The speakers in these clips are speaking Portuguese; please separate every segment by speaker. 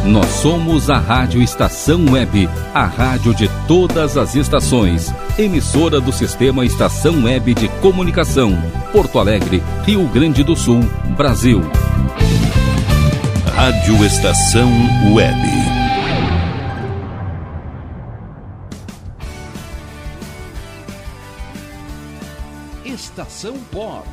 Speaker 1: Nós somos a Rádio Estação Web, a rádio de todas as estações. Emissora do Sistema Estação Web de Comunicação. Porto Alegre, Rio Grande do Sul, Brasil.
Speaker 2: Rádio Estação Web.
Speaker 3: Estação Pop.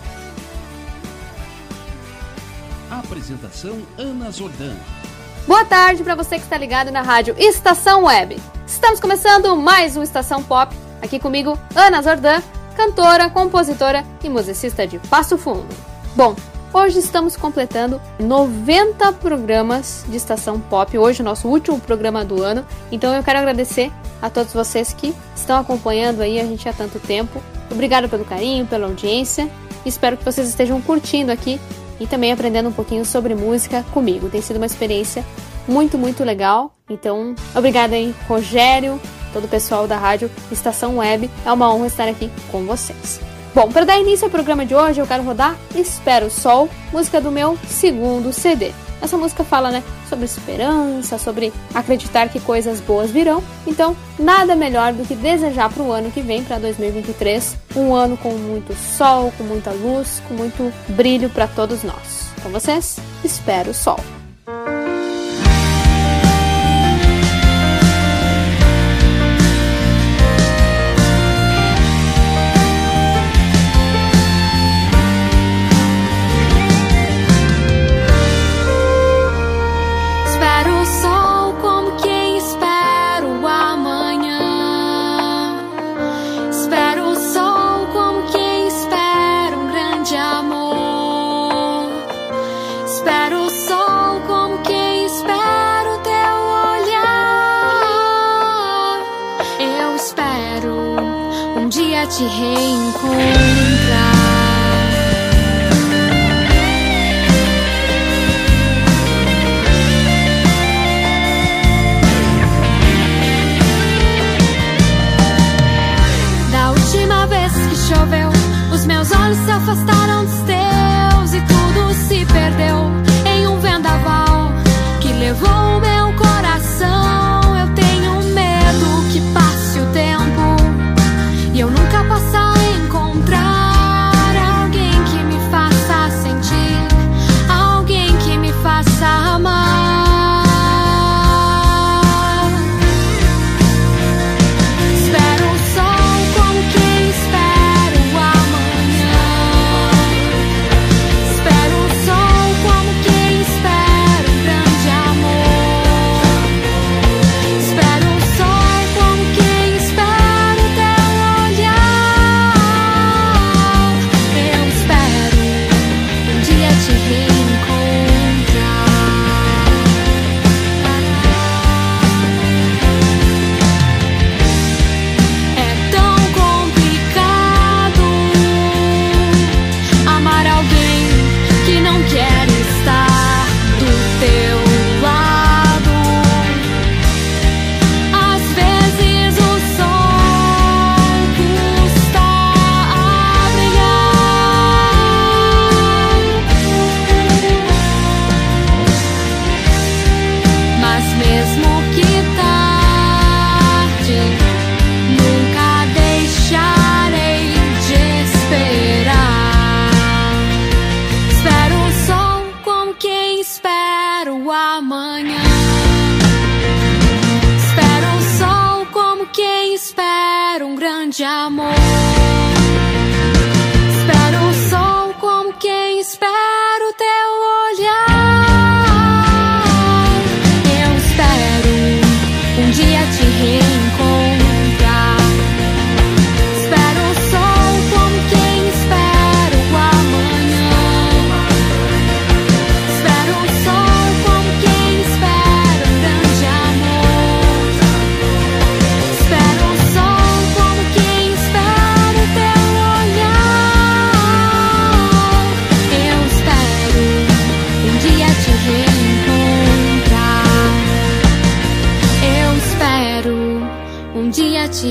Speaker 3: Apresentação Ana Zordan.
Speaker 4: Boa tarde para você que está ligado na rádio Estação Web. Estamos começando mais um Estação Pop. Aqui comigo, Ana Zordan, cantora, compositora e musicista de Passo Fundo. Bom, hoje estamos completando 90 programas de Estação Pop. Hoje o nosso último programa do ano. Então eu quero agradecer a todos vocês que estão acompanhando aí a gente há tanto tempo. Obrigada pelo carinho, pela audiência. Espero que vocês estejam curtindo aqui e também aprendendo um pouquinho sobre música comigo. Tem sido uma experiência muito, muito legal. Então, obrigada aí, Rogério, todo o pessoal da rádio Estação Web. É uma honra estar aqui com vocês. Bom, para dar início ao programa de hoje, eu quero rodar Espero o Sol, música do meu segundo CD. Essa música fala, sobre esperança, sobre acreditar que coisas boas virão. Então, nada melhor do que desejar para o ano que vem, para 2023, um ano com muito sol, com muita luz, com muito brilho para todos nós. Com vocês, Espero o Sol.
Speaker 5: Te reencontrar. Da última vez que choveu, os meus olhos se afastaram dos teus e tudo se perdeu em um vendaval que levou o meu coração. Eu tenho medo que passe o tempo e eu nunca passar a encontrar alguém que me faça sentir, alguém que me faça amar. Espero o sol como quem espera o amanhã. Espero o sol como quem espera um grande amor. Espero o sol como quem espera o teu te reencontrar. É tão complicado amar alguém que não quer estar do teu lado. Às vezes o sol custa a brilhar, mas mesmo que tarde, nunca deixarei de esperar. Espero o sol como quem espera o amanhã. Espero o sol como quem espera um grande amor. Espero o sol como quem espera o teu olhar. Eu espero um dia te reencontrar. Espero o sol como quem espera o amanhã. Espero o sol como quem espera um grande amor. Espero o sol como quem espera o teu olhar. Eu espero um dia te reencontrar. Eu espero um dia te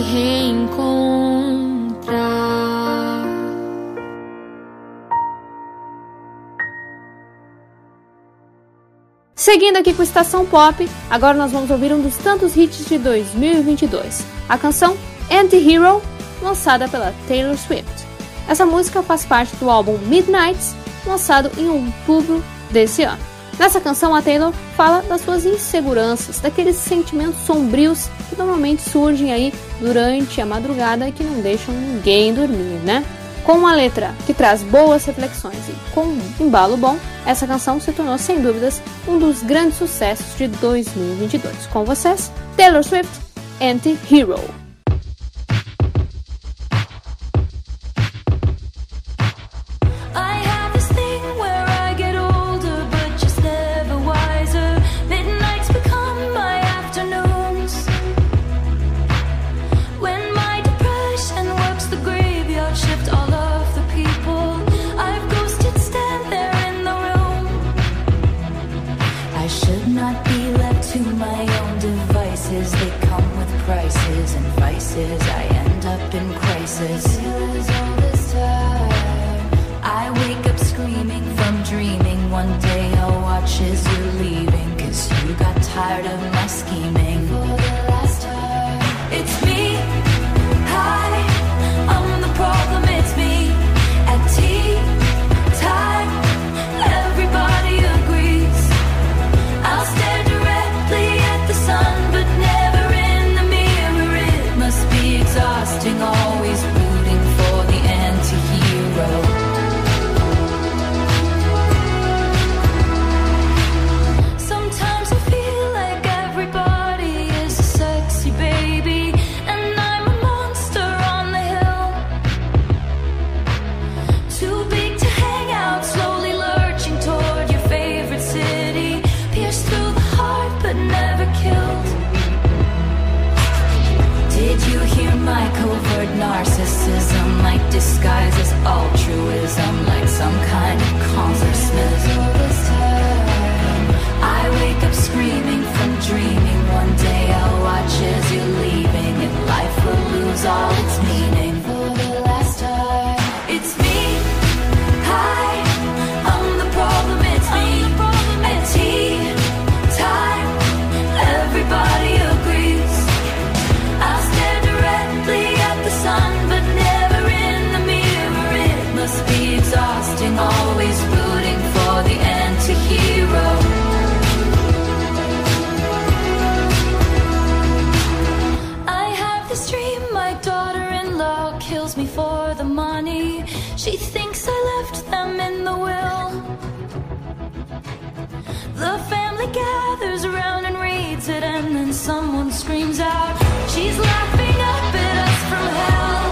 Speaker 5: reencontrar.
Speaker 4: Seguindo aqui com Estação Pop, agora nós vamos ouvir um dos tantos hits de 2022, a canção Anti-Hero, lançada pela Taylor Swift. Essa música faz parte do álbum Midnights, lançado em outubro desse ano. Nessa canção, a Taylor fala das suas inseguranças, daqueles sentimentos sombrios que normalmente surgem aí durante a madrugada e que não deixam ninguém dormir, né? Com uma letra que traz boas reflexões e com um embalo bom, essa canção se tornou, sem dúvidas, um dos grandes sucessos de 2022. Com vocês, Taylor Swift, Anti-Hero.
Speaker 3: I end up in crisis. I wake up screaming from dreaming. One day I'll watch as you're leaving, 'cause you got tired of my scheming. For the last time, it's me. Hi, I'm the problem, it's me. At tea time, everybody agrees. I'll stare directly at the sun, but never in the mirror. It must be exhausting, always rooting for the anti-hero. My covert narcissism might disguise as altruism, like some kind of consciousness. I wake up screaming from dreaming. One day I'll watch as you're leaving, and life will lose all its meaning. For the last time, it's me. Hi, I'm the problem, it's me. At tea time, everybody agrees. I'll stare directly at the sun, but never in the mirror. It must be exhausting, always rooting for the anti-hero. I have this dream, my daughter-in-law kills me for the money. She thinks I left them in the will. The family gathers around and reads it, and then someone screams out, she's laughing up at us from hell.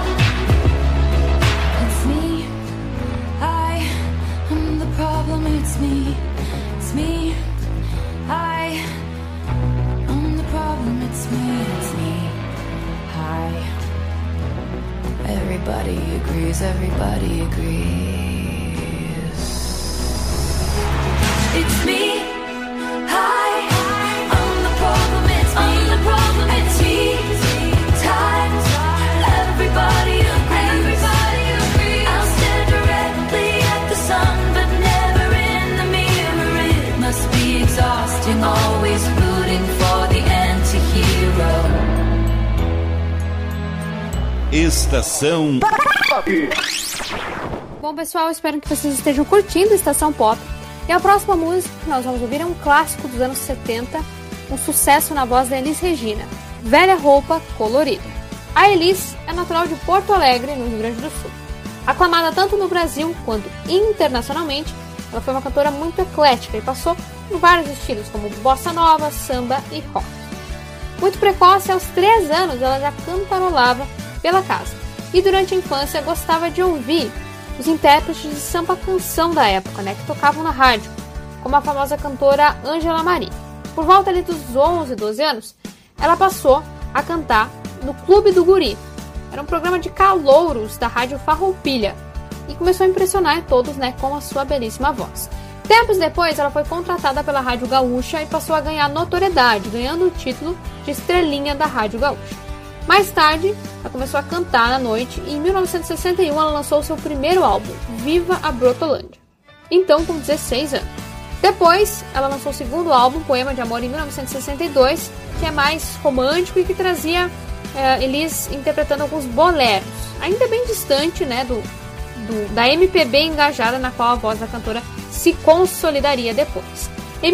Speaker 3: It's me. I'm the problem, it's me. It's me. I'm the problem, it's me. It's me. Everybody agrees, everybody agrees. It's me. I'm the problem, it's me. I'm the problem, it's me. Time, everybody agrees. I'll stare directly at the sun, but never in the mirror. It must be exhausting, always rooting for the anti-hero.
Speaker 2: Estação Pop.
Speaker 4: Bom, pessoal, espero que vocês estejam curtindo Estação Pop. E a próxima música que nós vamos ouvir é um clássico dos anos 70, um sucesso na voz da Elis Regina, Velha Roupa Colorida. A Elis é natural de Porto Alegre, no Rio Grande do Sul. Aclamada tanto no Brasil quanto internacionalmente, ela foi uma cantora muito eclética e passou por vários estilos, como bossa nova, samba e rock. Muito precoce, aos 3 anos, ela já cantarolava pela casa. E durante a infância gostava de ouvir os intérpretes de samba-canção da época, que tocavam na rádio, como a famosa cantora Ângela Maria. Por volta ali dos 11, 12 anos, ela passou a cantar no Clube do Guri. Era um programa de calouros da rádio Farroupilha e começou a impressionar todos com a sua belíssima voz. Tempos depois, ela foi contratada pela Rádio Gaúcha e passou a ganhar notoriedade, ganhando o título de estrelinha da Rádio Gaúcha. Mais tarde, ela começou a cantar na noite e em 1961 ela lançou seu primeiro álbum, Viva a Brotolândia. Então, com 16 anos. Depois, ela lançou o segundo álbum, Poema de Amor, em 1962, que é mais romântico e que trazia Elis interpretando alguns boleros, ainda bem distante, né, da MPB engajada, na qual a voz da cantora se consolidaria depois. Em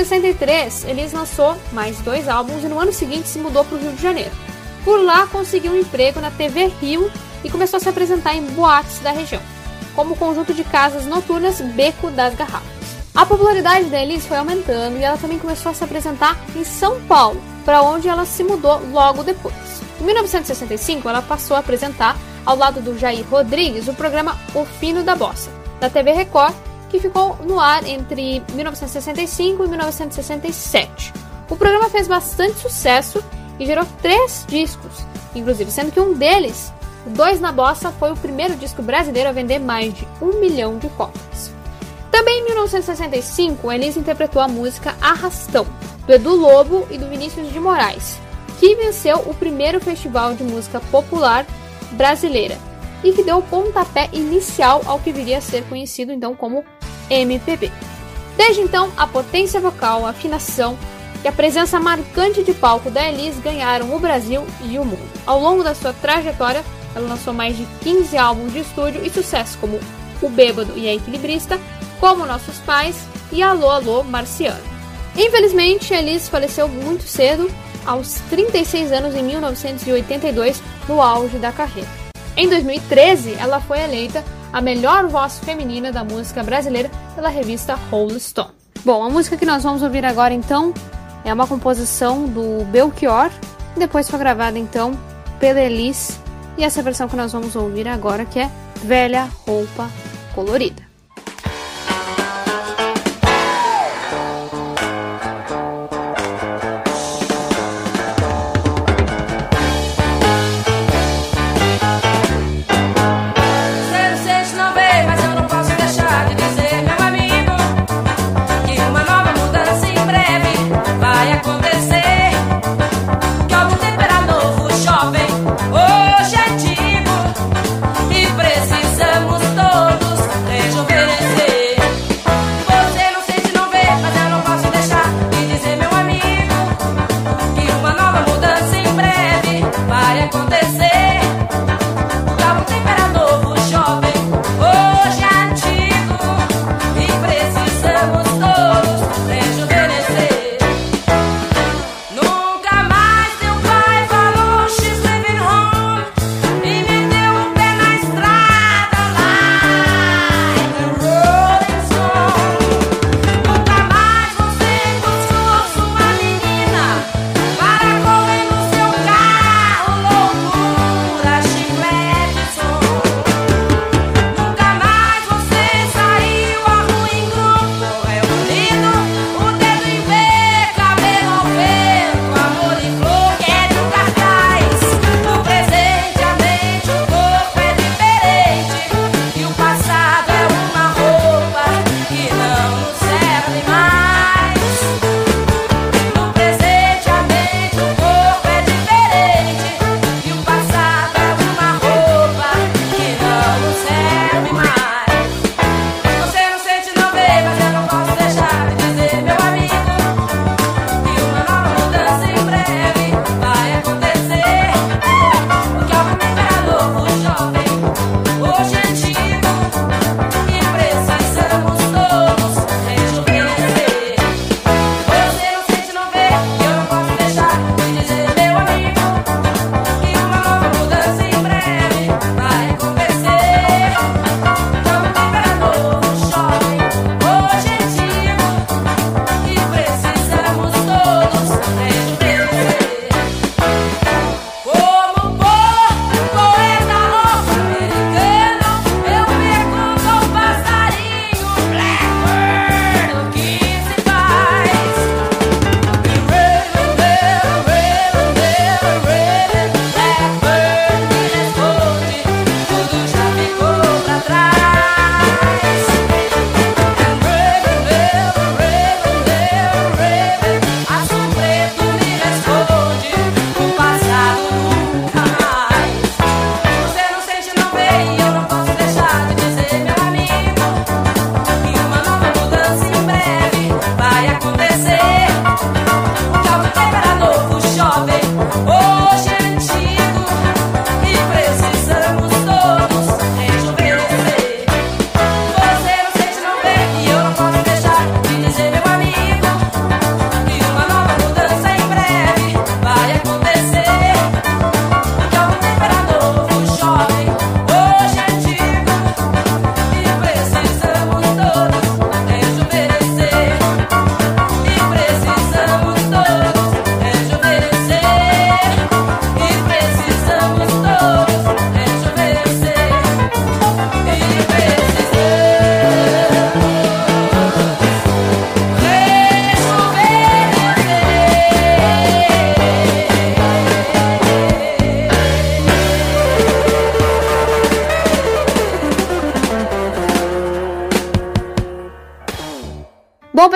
Speaker 4: 1963, Elis lançou mais 2 álbuns e no ano seguinte se mudou para o Rio de Janeiro. Por lá, conseguiu um emprego na TV Rio e começou a se apresentar em boates da região, como o conjunto de casas noturnas Beco das Garrafas. A popularidade da Elis foi aumentando e ela também começou a se apresentar em São Paulo, para onde ela se mudou logo depois. Em 1965, ela passou a apresentar, ao lado do Jair Rodrigues, o programa O Fino da Bossa, da TV Record, que ficou no ar entre 1965 e 1967. O programa fez bastante sucesso e gerou 3 discos, inclusive, sendo que um deles, o 2 na Bossa, foi o primeiro disco brasileiro a vender mais de 1 milhão de cópias. Também em 1965, Elis interpretou a música Arrastão, do Edu Lobo e do Vinícius de Moraes, que venceu o primeiro festival de música popular brasileira e que deu o pontapé inicial ao que viria a ser conhecido então como MPB. Desde então, a potência vocal, a afinação e a presença marcante de palco da Elis ganharam o Brasil e o mundo. Ao longo da sua trajetória, ela lançou mais de 15 álbuns de estúdio e sucessos como O Bêbado e a Equilibrista, Como Nossos Pais e Alô, Alô, Marciano. Infelizmente, Elis faleceu muito cedo, aos 36 anos, em 1982, no auge da carreira. Em 2013, ela foi eleita a melhor voz feminina da música brasileira pela revista Rolling Stone. Bom, a música que nós vamos ouvir agora, então, é uma composição do Belchior, e depois foi gravada, então, pela Elis, e essa versão que nós vamos ouvir agora, que é Velha Roupa Colorida.
Speaker 6: Hoje é digo e precisamos todos rejuvenescer.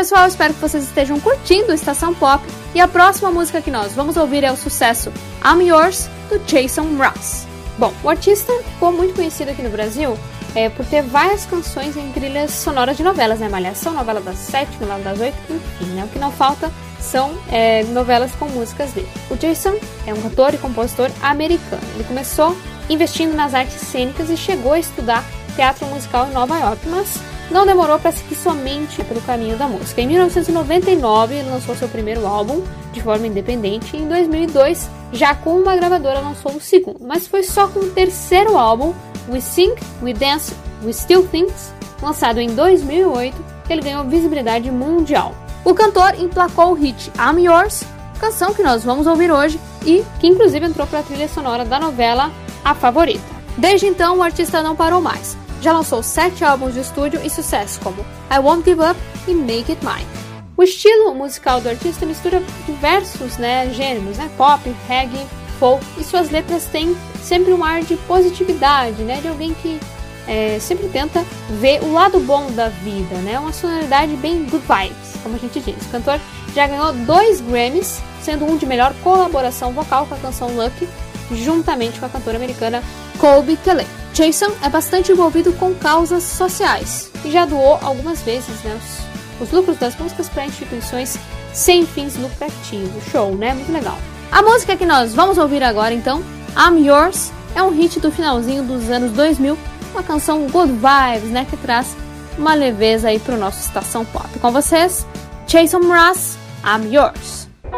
Speaker 4: pessoal, espero que vocês estejam curtindo Estação Pop. E a próxima música que nós vamos ouvir é o sucesso I'm Yours, do Jason Mraz. Bom, o artista ficou muito conhecido aqui no Brasil por ter várias canções em trilhas sonoras de novelas, né? Malhação, novela das 7, novela das 8, enfim, né? O que não falta são novelas com músicas dele. O Jason é um cantor e compositor americano. Ele começou investindo nas artes cênicas e chegou a estudar teatro musical em Nova York, mas não demorou para seguir somente pelo caminho da música. Em 1999, ele lançou seu primeiro álbum de forma independente e em 2002, já com uma gravadora, lançou o segundo. Mas foi só com o terceiro álbum, We Sing, We Dance, We Still Things, lançado em 2008, que ele ganhou visibilidade mundial. O cantor emplacou o hit I'm Yours, canção que nós vamos ouvir hoje e que inclusive entrou para a trilha sonora da novela A Favorita. Desde então, o artista não parou mais. Já lançou 7 álbuns de estúdio e sucessos como I Won't Give Up e Make It Mine. O estilo musical do artista mistura diversos gêneros, pop, reggae, folk, e suas letras têm sempre um ar de positividade, de alguém que sempre tenta ver o lado bom da vida, uma sonoridade bem good vibes, como a gente diz. O cantor já ganhou 2 Grammys, sendo um de melhor colaboração vocal com a canção Lucky, juntamente com a cantora americana Colby Kelly. Jason é bastante envolvido com causas sociais e já doou algumas vezes os lucros das músicas para instituições sem fins lucrativos. Show, Muito legal. A música que nós vamos ouvir agora, então, I'm Yours, é um hit do finalzinho dos anos 2000, uma canção good vibes, que traz uma leveza aí pro nosso Estação Pop. Com vocês, Jason Mraz, I'm Yours.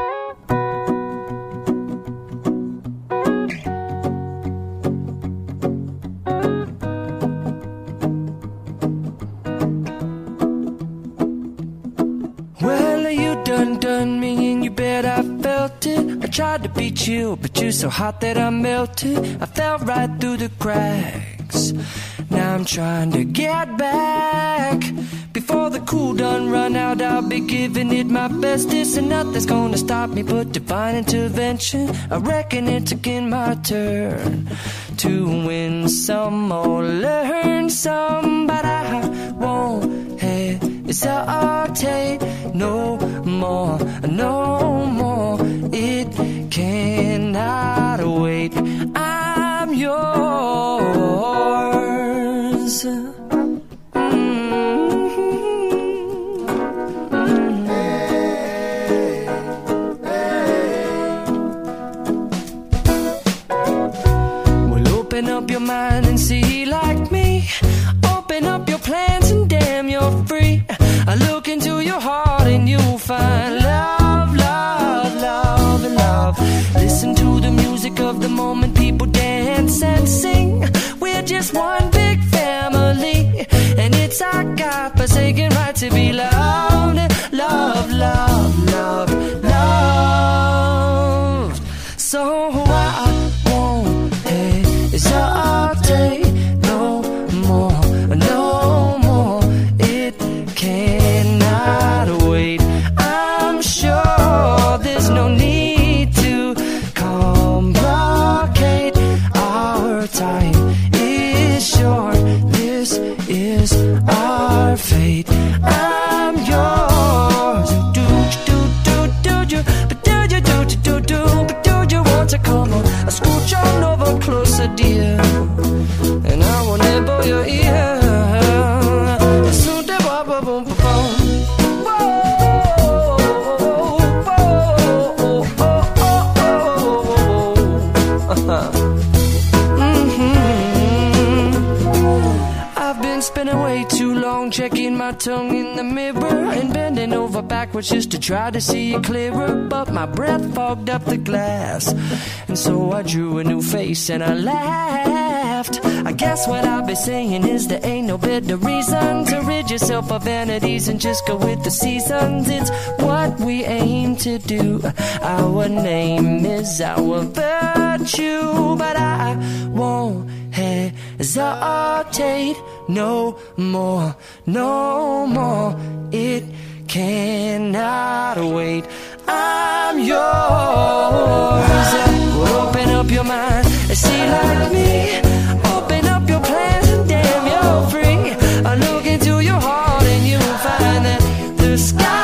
Speaker 6: Done me and you bet I felt it. I tried to beat you, but you're so hot that I melted. I fell right through the cracks. Now I'm trying to get back. Before the cool done run out, I'll be giving it my bestest, and nothing's gonna stop me but divine intervention. I reckon it's again my turn to win some or learn some, but I won't hesitate no more, no more. It cannot wait. I'm yours. Open up your mind and see like me. Open up your plans and damn, you're free. I look into your heart and you'll find love, love, love, and love. Listen to the music of the moment, people dance and sing. We're just one big family, and it's our God-forsaken right to be loved, love, love, love, loved. So I won't hesitate no more, no more. It cannot wait. I'm sure there's no need to complicate. Our time is short. This is our fate. I'm yours. Do you, but do you, but do you want to come on? I scooch on over closer, dear, and I will nibble your ear. I've been spending way too long checking my tongue in the mirror and bending over backwards just to try to see it clearer, but my breath fogged up the glass, and so I drew a new face and I laughed. I guess what I'll be saying is there ain't no better reason to rid yourself of vanities and just go with the seasons. It's what we aim to do. Our name is our virtue, but I won't hesitate no more, no more. It cannot wait. I'm yours. Open up your mind and see like me. Open up your plans and damn, you're free. I look into your heart and you'll find that the sky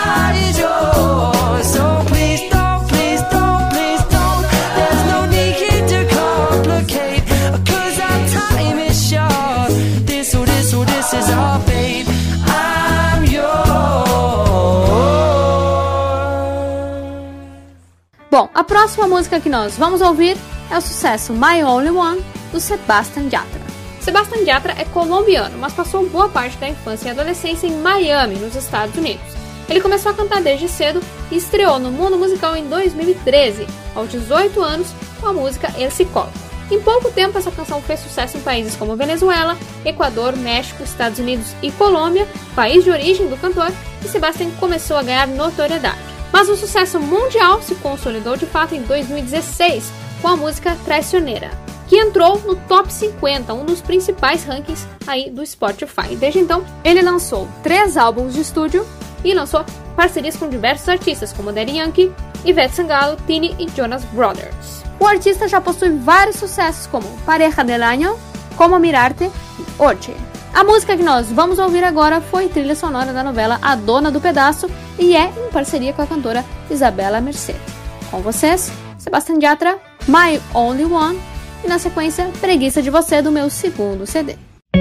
Speaker 4: Bom, a próxima música que nós vamos ouvir é o sucesso My Only One, do Sebastián Yatra. Sebastián Yatra é colombiano, mas passou boa parte da infância e adolescência em Miami, nos Estados Unidos. Ele começou a cantar desde cedo e estreou no mundo musical em 2013, aos 18 anos, com a música El Psicólogo. Em pouco tempo, essa canção fez sucesso em países como Venezuela, Equador, México, Estados Unidos e Colômbia, país de origem do cantor, e Sebastián começou a ganhar notoriedade. Mas o sucesso mundial se consolidou de fato em 2016, com a música Traicionera, que entrou no Top 50, um dos principais rankings aí do Spotify. Desde então, ele lançou 3 álbuns de estúdio e lançou parcerias com diversos artistas, como Daddy Yankee, Ivete Sangalo, Tini e Jonas Brothers. O artista já possui vários sucessos, como Pareja del Año, Como Mirarte e Oye. A música que nós vamos ouvir agora foi trilha sonora da novela A Dona do Pedaço e é em parceria com a cantora Isabela Merced. Com vocês, Sebastián Yatra, My Only One, e na sequência, Preguiça de Você, do meu segundo CD.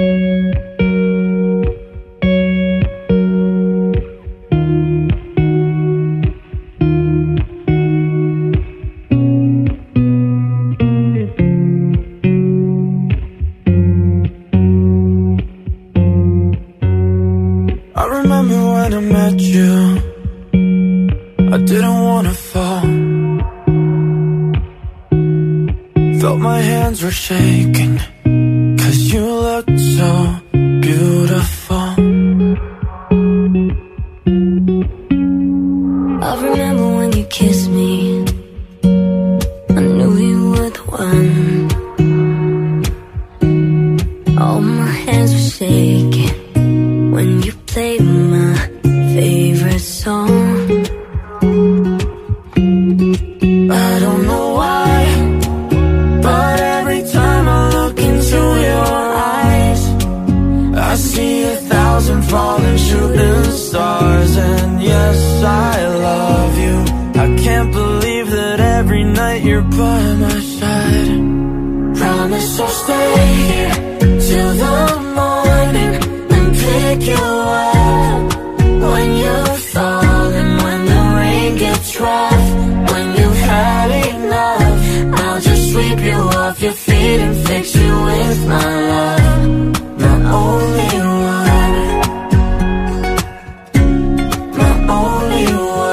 Speaker 6: Shaking, 'cause you look so beautiful.
Speaker 3: I remember when you kissed me, I knew you were the one. All my hands were shaking when you played my favorite song. I don't know why, but every time I look into your eyes, I see 1,000 falling shooting stars. And yes, I love you. I can't believe that every night you're by my side. Promise I'll stay here till the morning and pick you up when you're falling, when the rain gets rough, when you've had enough. I'll just sweep you off your feet and fix you with my love, my only one, my only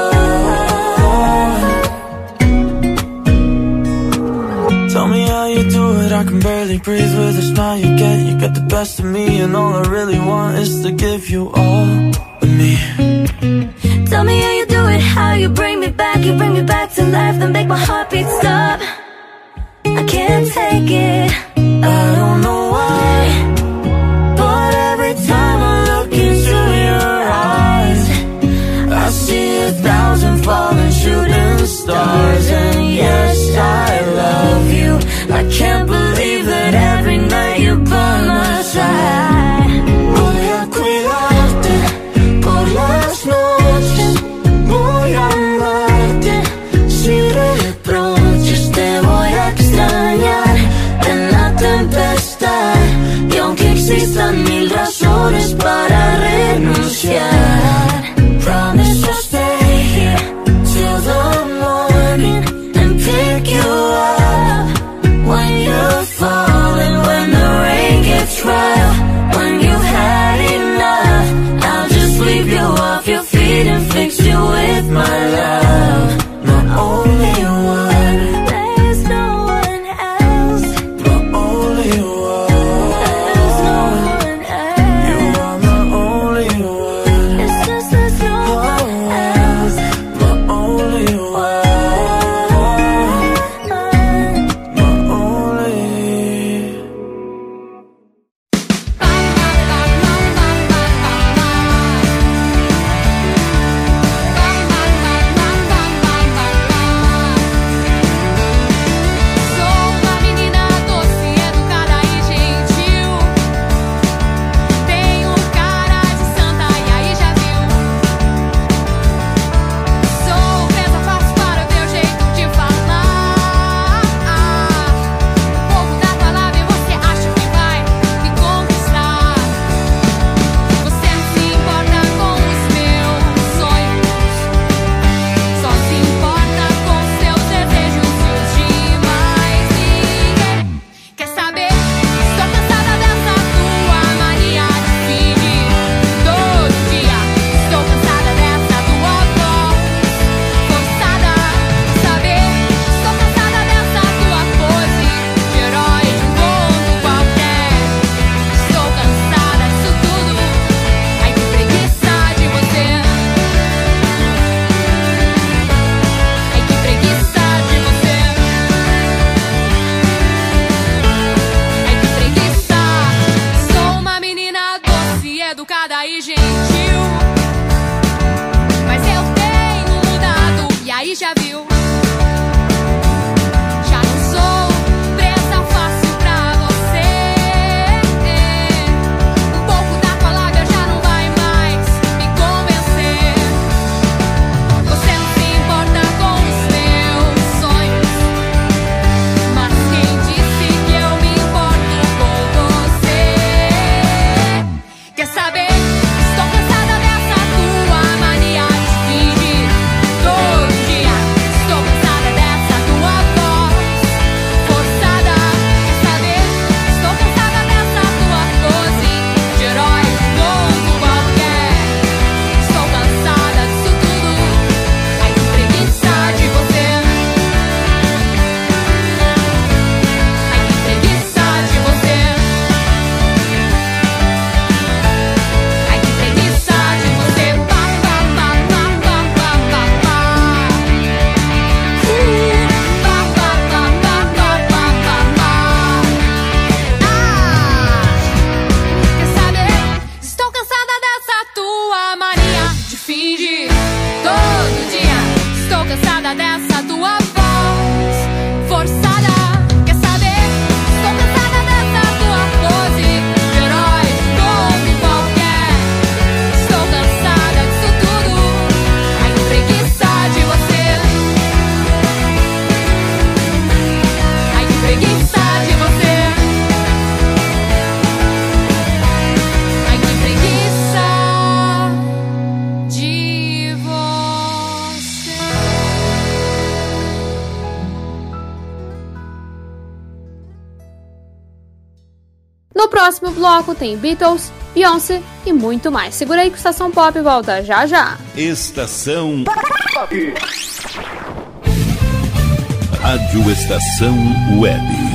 Speaker 3: one. Tell me how you do it, I can barely breathe with the smile you get the best of me, and all I really want is to give you all of me. Tell me how you do it, how you bring me back to life, then make my heartbeat stop. I can't take it, I don't know why, but every time I look into your eyes, I see 1,000 falling shooting stars. And yes, I love you. I can't believe that every night you're by my side. Voy a cuidarte por las noches, voy a amarte sin reproches, te voy a extrañar en la tempestad, y aunque existan 1000 razones para renunciar, promise I'll stay here till the morning and
Speaker 5: já viu. Já não sou presa fácil pra você. Um pouco da tua lábia já não vai mais me convencer. Você não se importa com os meus sonhos, mas quem disse que eu me importo com você? Quer saber? Estou cansada dessa tua mania de fingir todo dia. Estou cansada dessa tua voz forçada. Quer saber? Estou cansada dessa tua pose de herói novo qualquer. Estou cansada disso tudo. Ai, que preguiça de você. Ai, que preguiça de você. Ai, que preguiça de você. Pá, pá, pá, pá, pá, pá, pá, pá. Pá, pá, pá, pá, pá, pá, pá, pá. Quer saber? Estou cansada dessa tua mania de fingir todo dia. Estou cansada dessa tua voz forçada. Quer saber? Estou cansada dessa tua pose de herói novo qualquer. Estou cansada disso tudo. Ai, que preguiça de você. Ai, que preguiça de você. Ai, que preguiça de você.
Speaker 4: No próximo bloco tem Beatles, Beyoncé e muito mais. Segura aí que o Estação Pop volta já já.
Speaker 2: Estação Pop. Rádio Estação Web.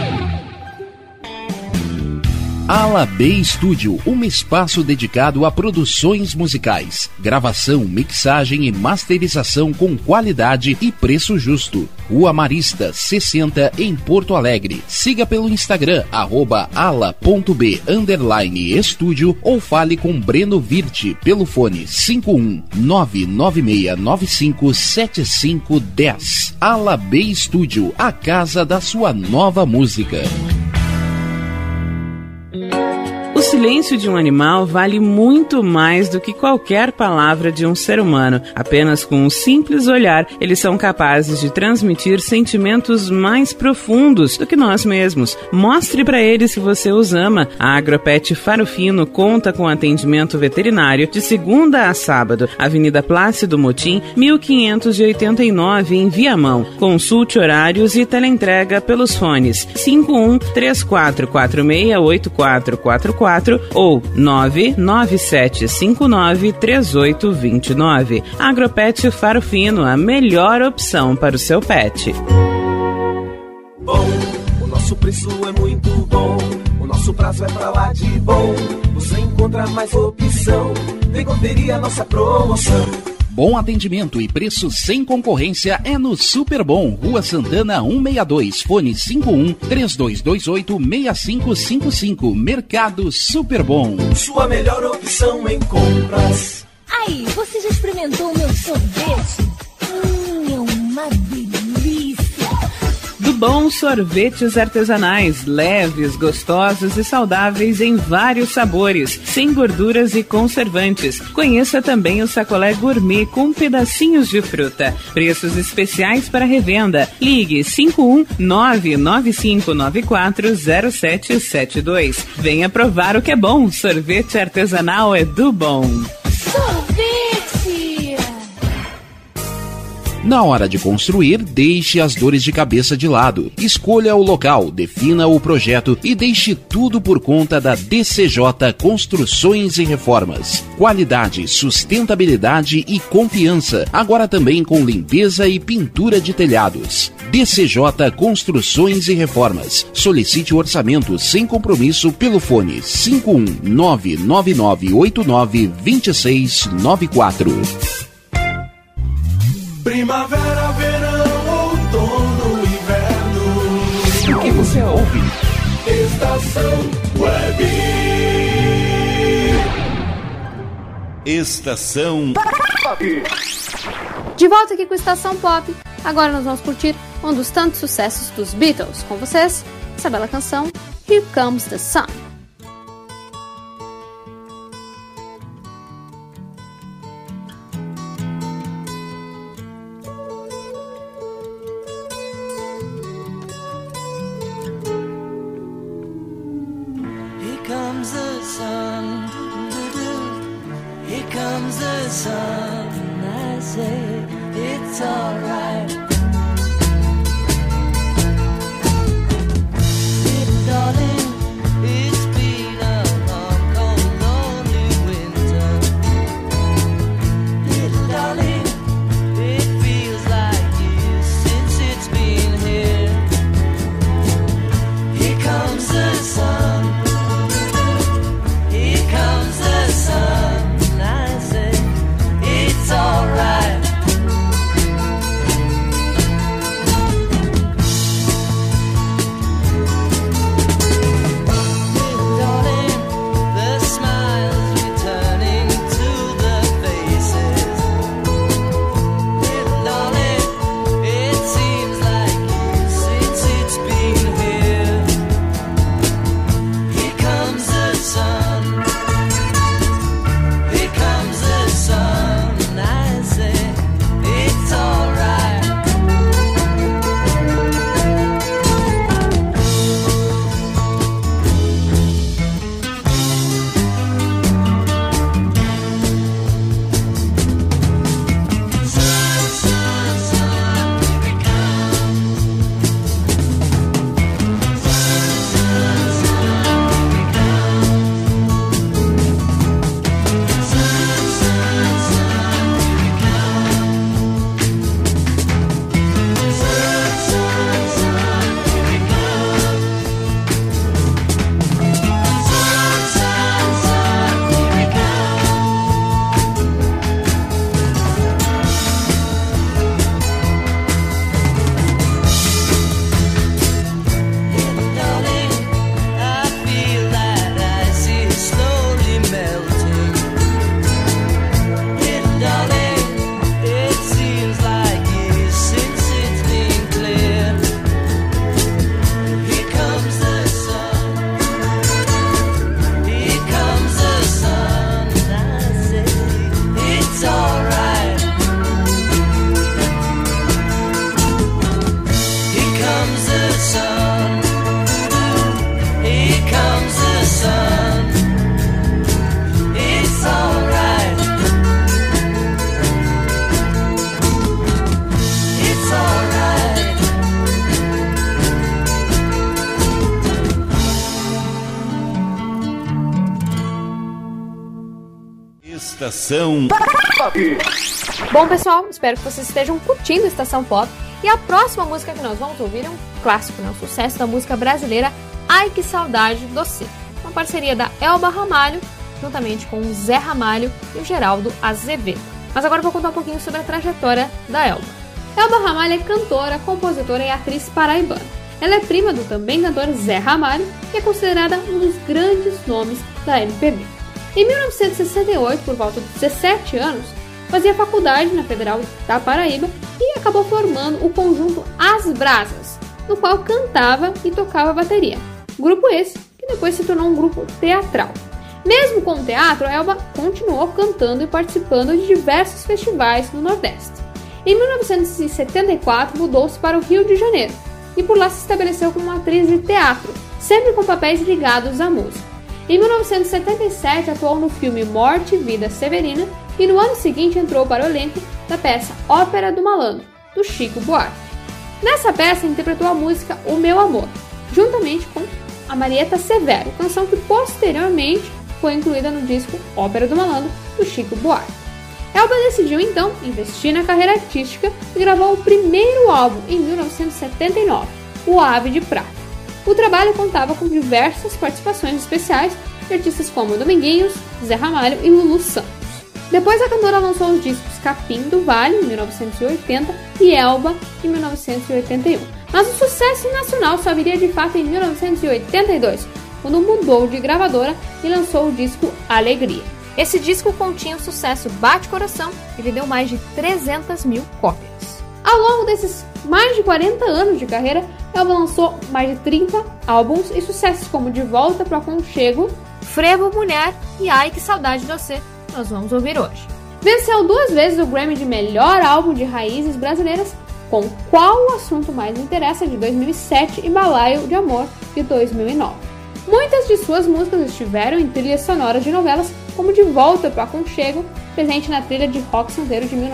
Speaker 7: Ala B Studio, um espaço dedicado a produções musicais, gravação, mixagem e masterização com qualidade e preço justo. Rua Marista, 60, em Porto Alegre. Siga pelo Instagram, @ala.b_estúdio ou fale com Breno Virte pelo fone 51996957510. Ala B Studio, a casa da sua nova música.
Speaker 8: O silêncio de um animal vale muito mais do que qualquer palavra de um ser humano. Apenas com um simples olhar, eles são capazes de transmitir sentimentos mais profundos do que nós mesmos. Mostre para eles se você os ama. A Agropet Faro Fino conta com atendimento veterinário de segunda a sábado. Avenida Plácido Motim, 1589, em Viamão. Consulte horários e teleentrega pelos fones 5134468444 ou 997593829. Agropet Faro Fino, a melhor opção para o seu pet.
Speaker 9: Bom, o nosso preço é muito bom, o nosso prazo é pra lá de bom. Você encontra mais opção, vem conferir a nossa promoção.
Speaker 7: Bom atendimento e preço sem concorrência é no Super Bom, Rua Santana 162, fone 51-3228-6555, Mercado Super Bom.
Speaker 9: Sua melhor opção em compras.
Speaker 10: Aí, você já experimentou o meu sorvete? É uma delícia!
Speaker 8: Do Bom Sorvetes Artesanais, leves, gostosos e saudáveis em vários sabores, sem gorduras e conservantes. Conheça também o sacolé gourmet com pedacinhos de fruta. Preços especiais para revenda. Ligue 51995940772. Venha provar o que é bom. Sorvete artesanal é do Bom.
Speaker 10: Sorvete!
Speaker 7: Na hora de construir, deixe as dores de cabeça de lado. Escolha o local, defina o projeto e deixe tudo por conta da DCJ Construções e Reformas. Qualidade, sustentabilidade e confiança. Agora também com limpeza e pintura de telhados. DCJ Construções e Reformas. Solicite o orçamento sem compromisso pelo fone 51999892694.
Speaker 9: Primavera, verão, outono, inverno.
Speaker 7: O que você ouve?
Speaker 9: Estação Web.
Speaker 2: Estação Pop.
Speaker 4: De volta aqui com Estação Pop, agora nós vamos curtir um dos tantos sucessos dos Beatles. Com vocês, essa bela canção, Here Comes the Sun.
Speaker 6: Here comes the sun, here comes the sun. I say it's alright. Little darling, it's been a long, cold, lonely winter. Little darling, it feels like years since it's been here. Here comes the sun. Here comes the sun. I say it's alright.
Speaker 2: Estação Pop.
Speaker 4: Bom, pessoal, espero que vocês estejam curtindo a Estação Pop. E a próxima música que nós vamos ouvir é um clássico, né? Um sucesso da música brasileira, Ai Que Saudade Doce. Uma parceria da Elba Ramalho, juntamente com o Zé Ramalho e o Geraldo Azevedo. Mas agora eu vou contar um pouquinho sobre a trajetória da Elba. Elba Ramalho é cantora, compositora e atriz paraibana. Ela é prima do também cantor Zé Ramalho e é considerada um dos grandes nomes da MPB. Em 1968, por volta de 17 anos, fazia faculdade na Federal da Paraíba e acabou formando o conjunto As Brasas, no qual cantava e tocava bateria. Grupo esse que depois se tornou um grupo teatral. Mesmo com o teatro, a Elba continuou cantando e participando de diversos festivais no Nordeste. Em 1974, mudou-se para o Rio de Janeiro e por lá se estabeleceu como uma atriz de teatro, sempre com papéis ligados à música. Em 1977, atuou no filme Morte e Vida Severina e no ano seguinte entrou para o elenco da peça Ópera do Malandro, do Chico Buarque. Nessa peça, interpretou a música O Meu Amor, juntamente com a Marieta Severo, canção que posteriormente foi incluída no disco Ópera do Malandro, do Chico Buarque. Elba decidiu então investir na carreira artística e gravou o primeiro álbum em 1979, O Ave de Prata. O trabalho contava com diversas participações especiais de artistas como Dominguinhos, Zé Ramalho e Lulu Santos. Depois a cantora lançou os discos Capim do Vale, em 1980, e Elba, em 1981. Mas o sucesso nacional só viria de fato em 1982, quando mudou de gravadora e lançou o disco Alegria. Esse disco continha o sucesso Bate Coração e vendeu mais de 300 mil cópias. Ao longo desses mais de 40 anos de carreira, Elba lançou mais de 30 álbuns e sucessos como De Volta pro Aconchego, Frevo Mulher e Ai Que Saudade de Você, que nós vamos ouvir hoje. Venceu 2 vezes o Grammy de Melhor Álbum de Raízes Brasileiras com Qual o Assunto Mais Interessa, de 2007, e Balaio de Amor, de 2009. Muitas de suas músicas estiveram em trilhas sonoras de novelas, como De Volta pro Aconchego, presente na trilha de Rock Santeiro de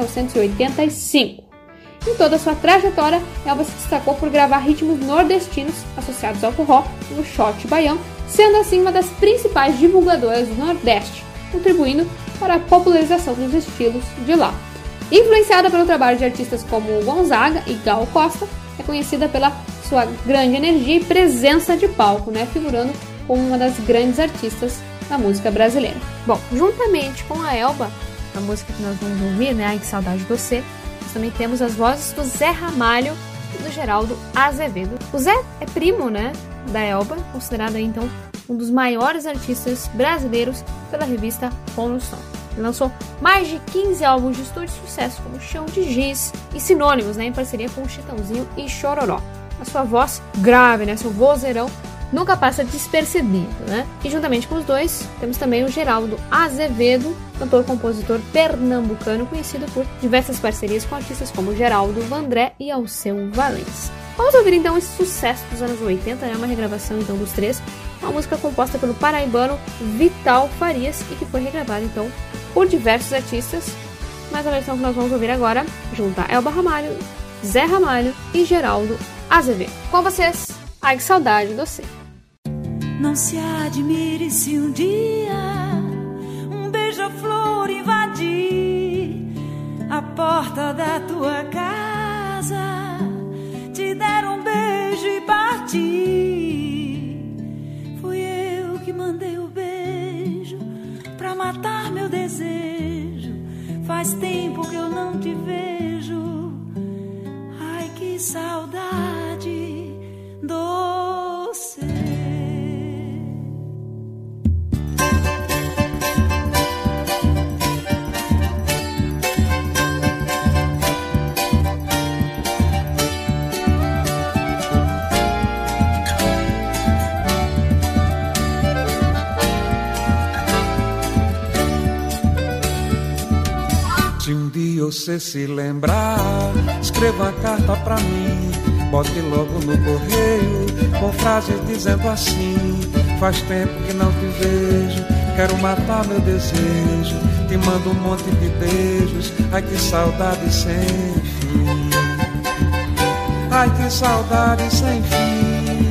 Speaker 4: 1985. Em toda a sua trajetória, Elba se destacou por gravar ritmos nordestinos associados ao forró no shot baião, sendo assim uma das principais divulgadoras do Nordeste, contribuindo para a popularização dos estilos de lá. Influenciada pelo trabalho de artistas como Gonzaga e Gal Costa, é conhecida pela sua grande energia e presença de palco, figurando como uma das grandes artistas da música brasileira. Bom, juntamente com a Elba, a música que nós vamos ouvir, Ai Que Saudade de Você, nós também temos as vozes do Zé Ramalho e do Geraldo Azevedo. O Zé é primo, da Elba, considerado aí, então, um dos maiores artistas brasileiros pela revista Rolling Stone. Ele lançou mais de 15 álbuns de estúdio de sucesso, como Chão de Giz e Sinônimos, em parceria com Chitãozinho e Chororó. A sua voz grave, seu vozeirão, nunca passa despercebido, E juntamente com os dois, temos também o Geraldo Azevedo, cantor-compositor pernambucano, conhecido por diversas parcerias com artistas como Geraldo Vandré e Alceu Valença. Vamos ouvir então esse sucesso dos anos 80, uma regravação então dos três, uma música composta pelo paraibano Vital Farias e que foi regravada então por diversos artistas, mas a versão que nós vamos ouvir agora junta Elba Ramalho, Zé Ramalho e Geraldo Azevedo. Com vocês, Ai Que Saudade de Você.
Speaker 11: Não se admire se um dia um beija-flor invadir a porta da tua casa, te der um beijo e partir. Fui eu que mandei o beijo pra matar meu desejo. Faz tempo que eu não te vejo. Ai, que saudade doce.
Speaker 12: Se um dia você se lembrar, escreva uma carta pra mim, bote logo no correio, com frases dizendo assim: faz tempo que não te vejo, quero matar meu desejo, te mando um monte de beijos, ai que saudade sem fim, ai que saudade sem fim.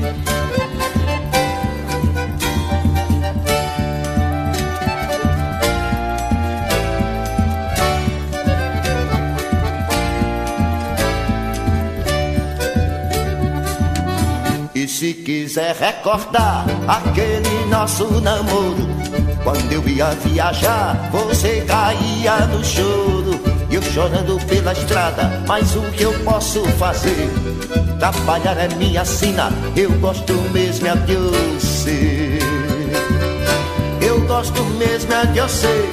Speaker 13: E se quiser recordar aquele nosso namoro, quando eu ia viajar, você caía no choro, e eu chorando pela estrada, mas o que eu posso fazer? Trabalhar é minha sina, eu gosto mesmo é de você. Eu gosto mesmo é de você.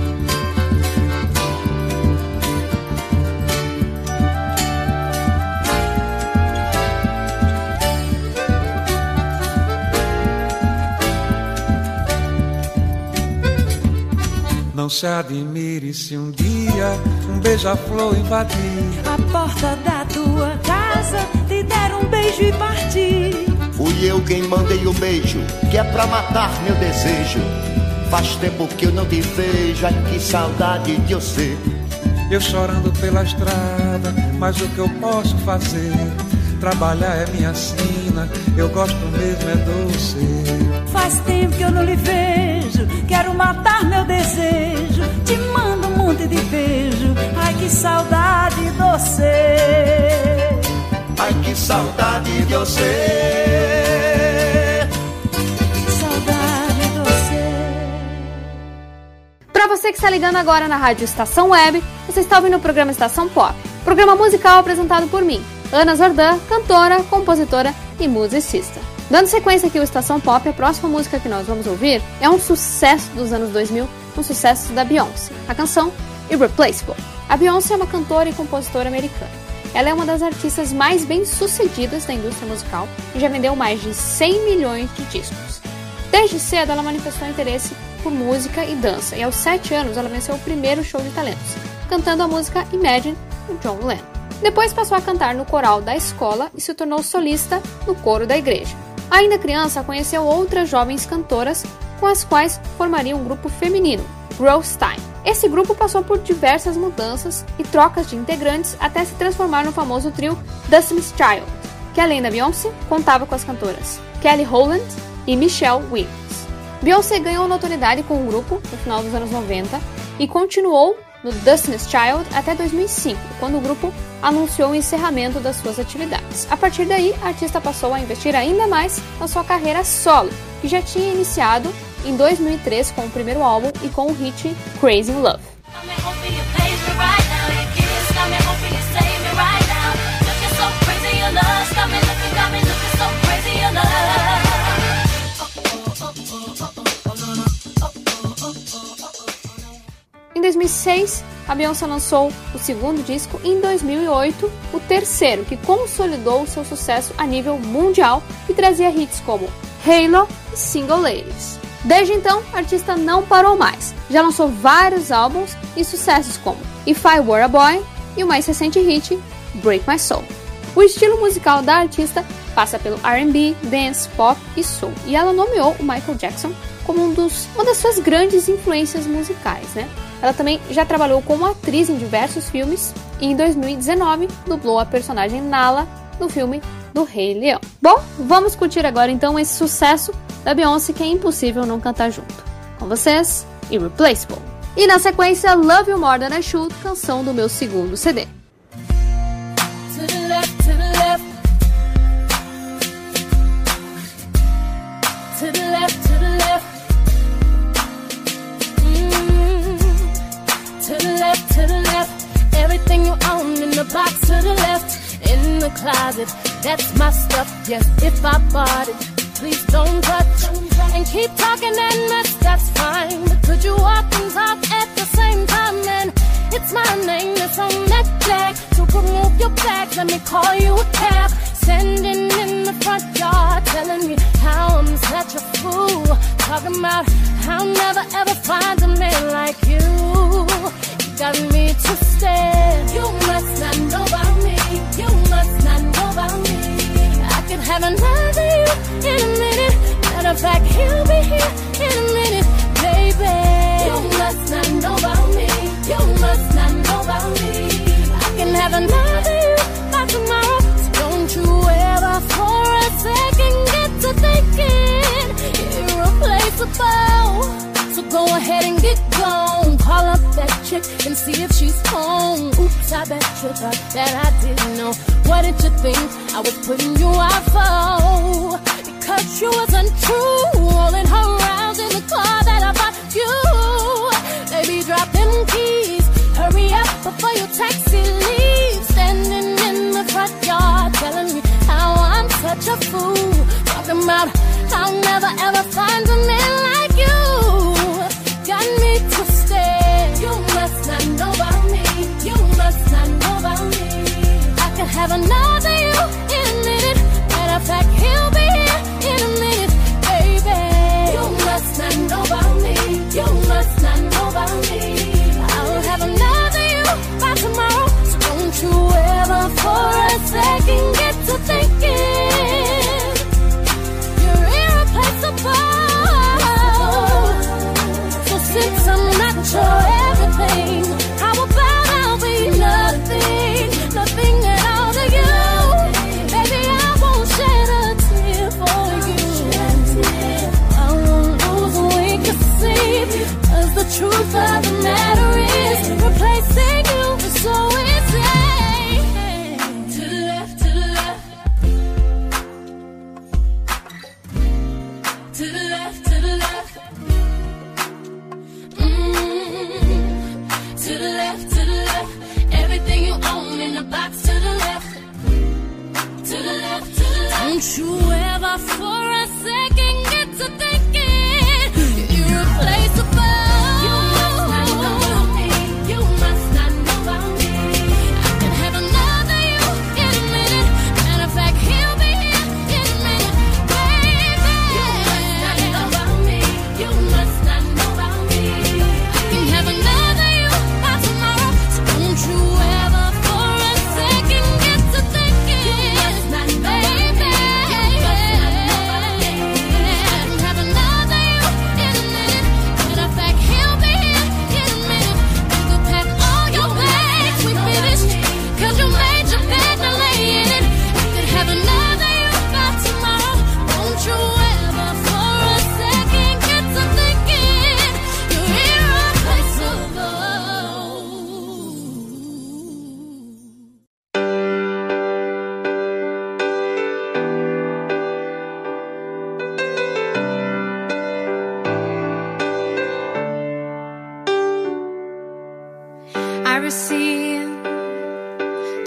Speaker 12: Não se admire se um dia um beija-flor invadir
Speaker 11: a porta da tua casa, te der um beijo e partir.
Speaker 13: Fui eu quem mandei o beijo, que é pra matar meu desejo. Faz tempo que eu não te vejo, ai que saudade de você.
Speaker 12: Eu chorando pela estrada, mas o que eu posso fazer? Trabalhar é minha sina, eu gosto mesmo é de você.
Speaker 11: Faz tempo que eu não lhe vejo, quero matar meu desejo, te mando um monte de beijo, ai que saudade de você.
Speaker 13: Ai que saudade de você.
Speaker 11: Saudade de você.
Speaker 4: Pra você que está ligando agora na Rádio Estação Web, você está ouvindo o programa Estação Pop, programa musical apresentado por mim, Ana Zordan, cantora, compositora e musicista. Dando sequência aqui ao Estação Pop, a próxima música que nós vamos ouvir é um sucesso dos anos 2000, um sucesso da Beyoncé, a canção Irreplaceable. A Beyoncé é uma cantora e compositora americana. Ela é uma das artistas mais bem-sucedidas da indústria musical e já vendeu mais de 100 milhões de discos. Desde cedo, ela manifestou interesse por música e dança, e aos 7 anos ela venceu o primeiro show de talentos, cantando a música Imagine, do John Lennon. Depois passou a cantar no coral da escola e se tornou solista no coro da igreja. Ainda criança, conheceu outras jovens cantoras com as quais formaria um grupo feminino, Girls' Tyme. Esse grupo passou por diversas mudanças e trocas de integrantes até se transformar no famoso trio Destiny's Child, que além da Beyoncé, contava com as cantoras Kelly Rowland e Michelle Williams. Beyoncé ganhou notoriedade com o grupo no final dos anos 90 e continuou no Destiny's Child até 2005, quando o grupo anunciou o encerramento das suas atividades. A partir daí, a artista passou a investir ainda mais na sua carreira solo, que já tinha iniciado em 2003 com o primeiro álbum e com o hit Crazy in Love. Em 2006, a Beyoncé lançou o segundo disco e em 2008, o terceiro, que consolidou seu sucesso a nível mundial e trazia hits como Halo e Single Ladies. Desde então, a artista não parou mais. Já lançou vários álbuns e sucessos como If I Were a Boy e o mais recente hit, Break My Soul. O estilo musical da artista passa pelo R&B, dance, pop e soul, e ela nomeou o Michael Jackson como uma das suas grandes influências musicais, né? Ela também já trabalhou como atriz em diversos filmes e em 2019 dublou a personagem Nala no filme do Rei Leão. Bom, vamos curtir agora então esse sucesso da Beyoncé que é impossível não cantar junto. Com vocês, Irreplaceable. E na sequência, Love You More Than I Should, canção do meu segundo CD.
Speaker 5: To the left, to the left. To the left, to the left. To the left, to the left. Everything you own in the box to the left. In the closet, that's my stuff. Yes, if I bought it, please don't touch. And keep talking that mess, that's fine. But could you walk and talk at the same time? And it's my name that's on that flag. So remove your bags, let me call you a cab. Standing in the front yard, telling me how I'm such a fool. Talking about how I'll never ever find a man like you. You got me twisted. You must not know about me. You must not know about me. I could have another you in a minute. Matter of fact, he'll be here in a minute, baby. You must not know about me. You must not know about me. I can have another you by tomorrow. So don't you ever for a second get to thinking irreplaceable. So go ahead and get gone. Call up that chick and see if she's home. Oops, I bet you thought that I didn't know. What did you think I was putting you out for? Because you was untrue, rolling her around in the car that I bought you. Baby, drop them keys, hurry up before your taxi leaves. Standing in the front yard, telling me how I'm such a fool. Talking about I'll never ever find a man like you. Got me twisted. You must not know about me. You must not know about me. I could have another you in a minute. Matter of fact, he'll be here in a minute, baby. You must not know about me. You must not know about me. I'll have another you by tomorrow. So don't you ever for a second get to thinking you're irreplaceable. So since I'm not your everything, how about I'll be nothing, nothing at all to you. Baby, I won't shed a tear for you. I won't lose a wink of sleep, 'cause the truth of the matter is replacing you is so easy. To the left, to the left. To the left, to the left. To the left, to the left. Everything you own in the box to the left. To the left, to the left. Don't you ever for a second get to thinking you're irreplaceable. You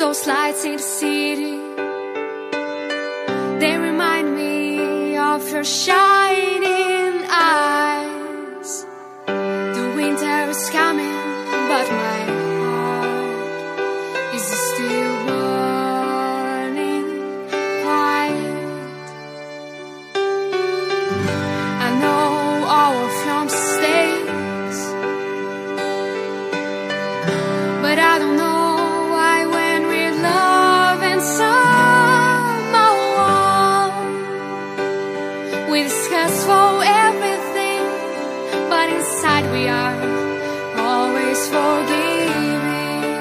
Speaker 5: those lights in the city, they remind me of your shining eyes. The winter is coming, but my heart is still burning white. I know all of your mistakes, but I don't know why when we're loving someone, we discuss for everything, but inside we are always forgiving.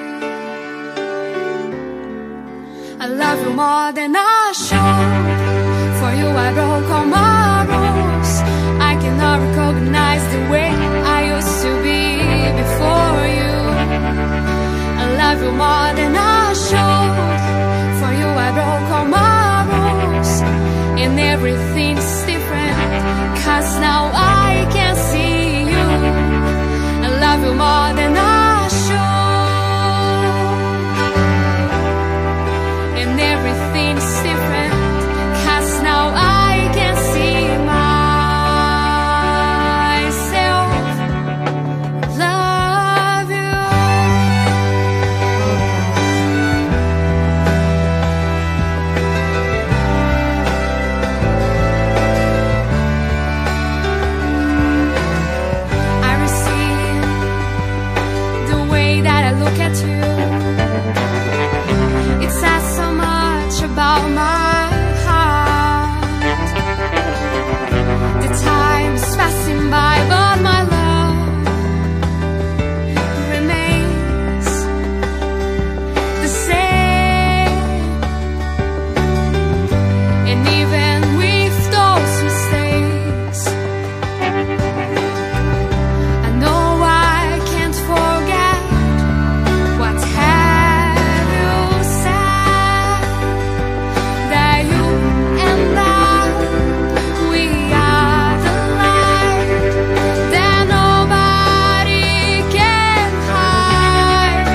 Speaker 5: I love you more than I should. For you I broke all my rules. I cannot recognize the way I used to be before you. I love you more than I should. For you I broke all my rules. And everything's different, 'cause now I can see you. I love you more than I should. And everything's different, 'cause now I can see myself. Love you. I receive the way that I look at you. It says so much about my heart. The time's passing by, but my love remains the same. And even with those mistakes, I know I can't forget what have you said. That you and I, we are the light that nobody can hide.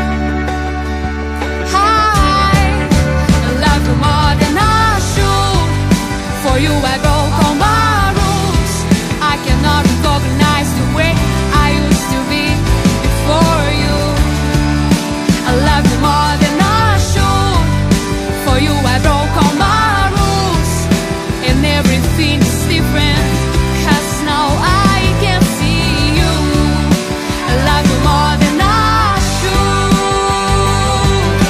Speaker 5: I love you more than I should. For you I broke all my rules. I cannot recognize the way I used to be before you. I love you more than I should. For you I broke all my rules. And everything's different, 'cause now I can see you. I love you more than I should.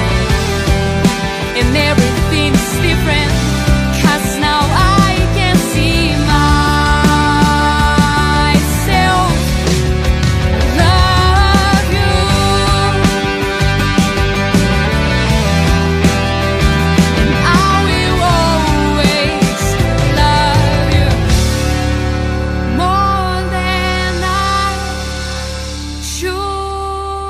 Speaker 5: And everything's different, 'cause now I can see myself. Love you. I will always love you more than I should.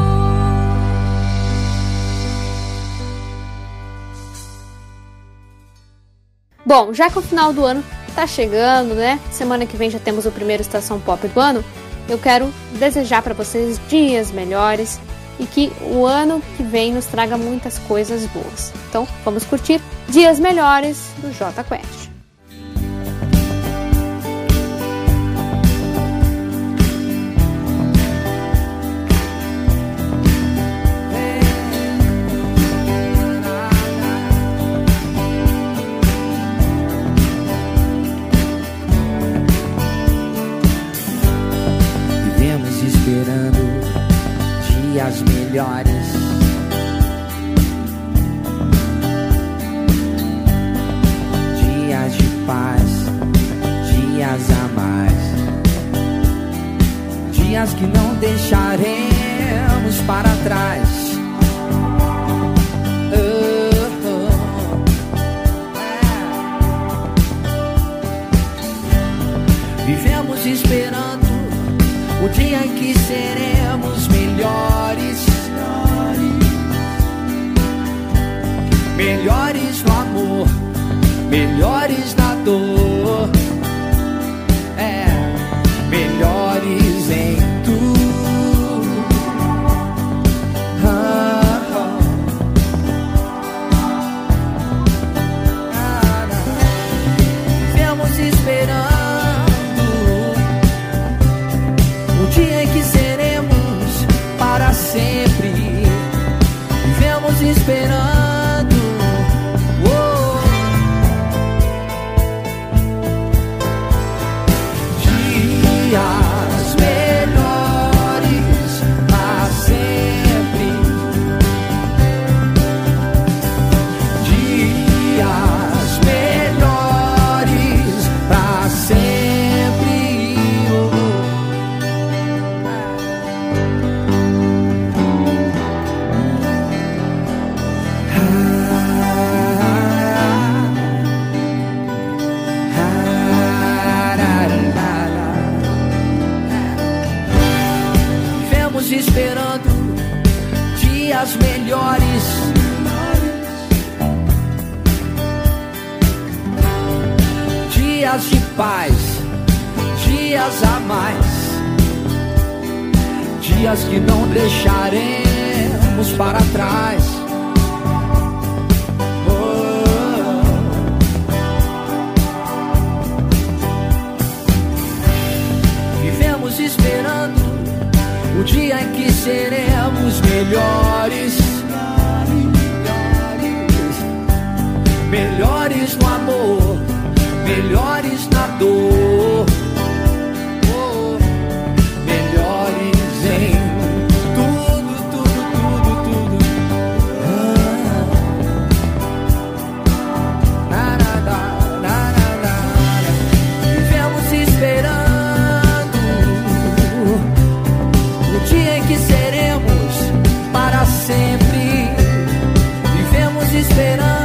Speaker 4: Bom, já que o final do ano tá chegando, né? Semana que vem já temos o primeiro Estação Pop do ano. Eu quero desejar para vocês dias melhores e que o ano que vem nos traga muitas coisas boas. Então, vamos curtir Dias Melhores do Jota Quest.
Speaker 14: Vivemos esperando dias melhores. Dias de paz, dias a mais. Dias que não deixaremos para trás. Vivemos esperando o dia em que seremos melhores. Melhores no amor, melhores na dor. Melhores em tudo. esperando. Dias melhores pra sempre. Dias melhores pra sempre. Vivemos esperando dias melhores. Dias de paz, dias a mais, dias que não deixaremos para trás. Vivemos esperando o dia em que seremos melhores. Melhores no amor, melhores na dor, melhores em tudo, tudo, tudo, tudo. Vivemos esperando o dia em que seremos para sempre. Vivemos esperando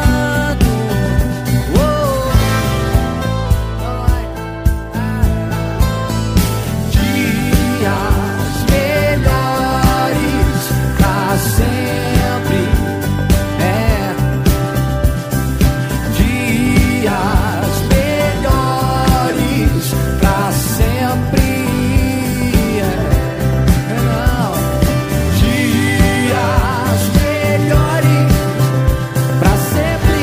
Speaker 14: sempre, dias melhores pra sempre, não, dias melhores pra sempre,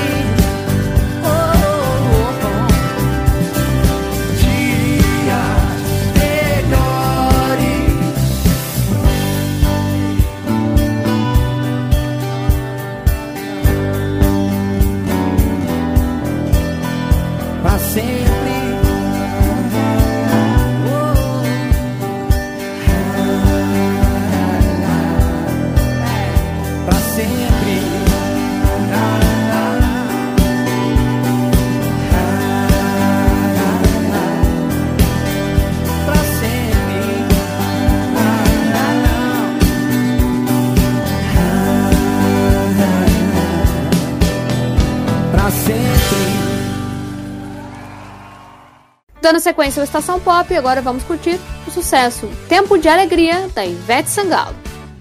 Speaker 14: dias melhores. Pra sempre, pra sempre, pra sempre, pra sempre.
Speaker 4: Dando sequência ao Estação Pop, agora vamos curtir o sucesso Tempo de Alegria, da Ivete Sangalo.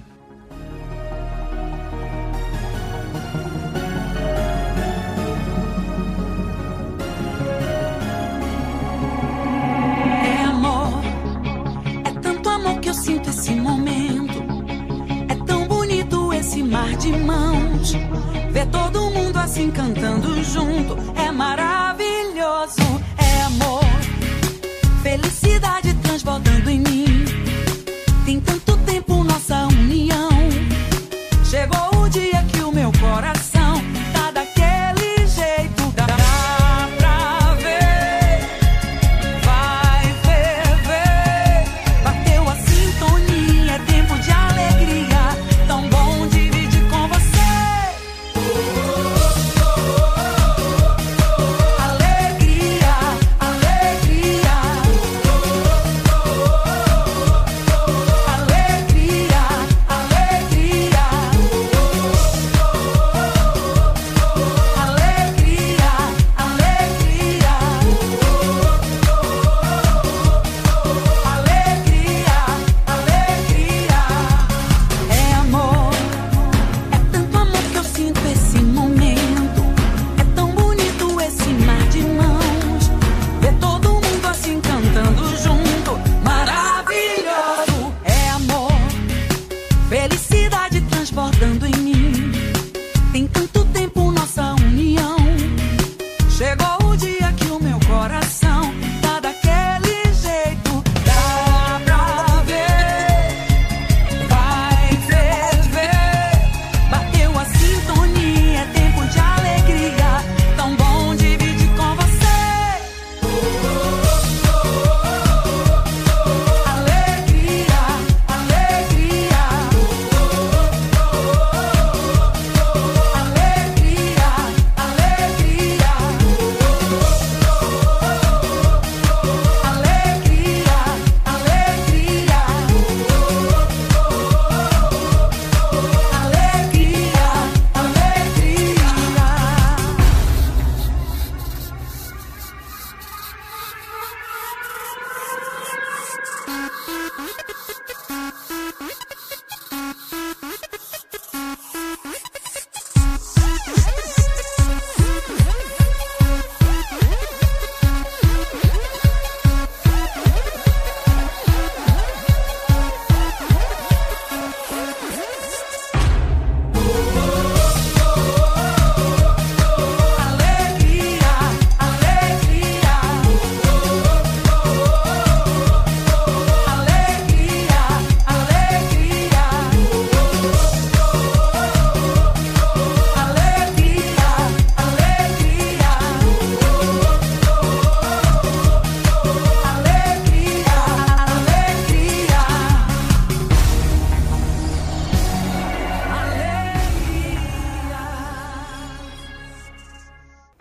Speaker 11: É amor, é tanto amor que eu sinto esse momento. É tão bonito esse mar de mãos. Ver todo mundo assim cantando junto é maravilhoso. É amor, felicidade transbordando em mim. Tem tanto tempo nossa união. Chegou o dia que o meu coração tá daquele jeito. Dá pra ver, vai ferver. Bateu a sintonia, é tempo de alegria. Tão bom dividir com você.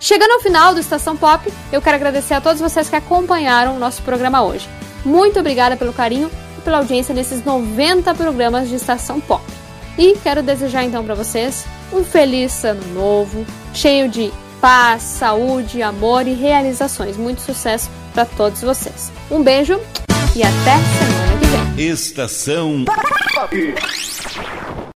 Speaker 4: Chegando ao final do Estação Pop, eu quero agradecer a todos vocês que acompanharam o nosso programa hoje. Muito obrigada pelo carinho e pela audiência nesses 90 programas de Estação Pop. E quero desejar então para vocês um feliz ano novo, cheio de paz, saúde, amor e realizações. Muito sucesso para todos vocês. Um beijo e até semana que vem.
Speaker 2: Estação Pop.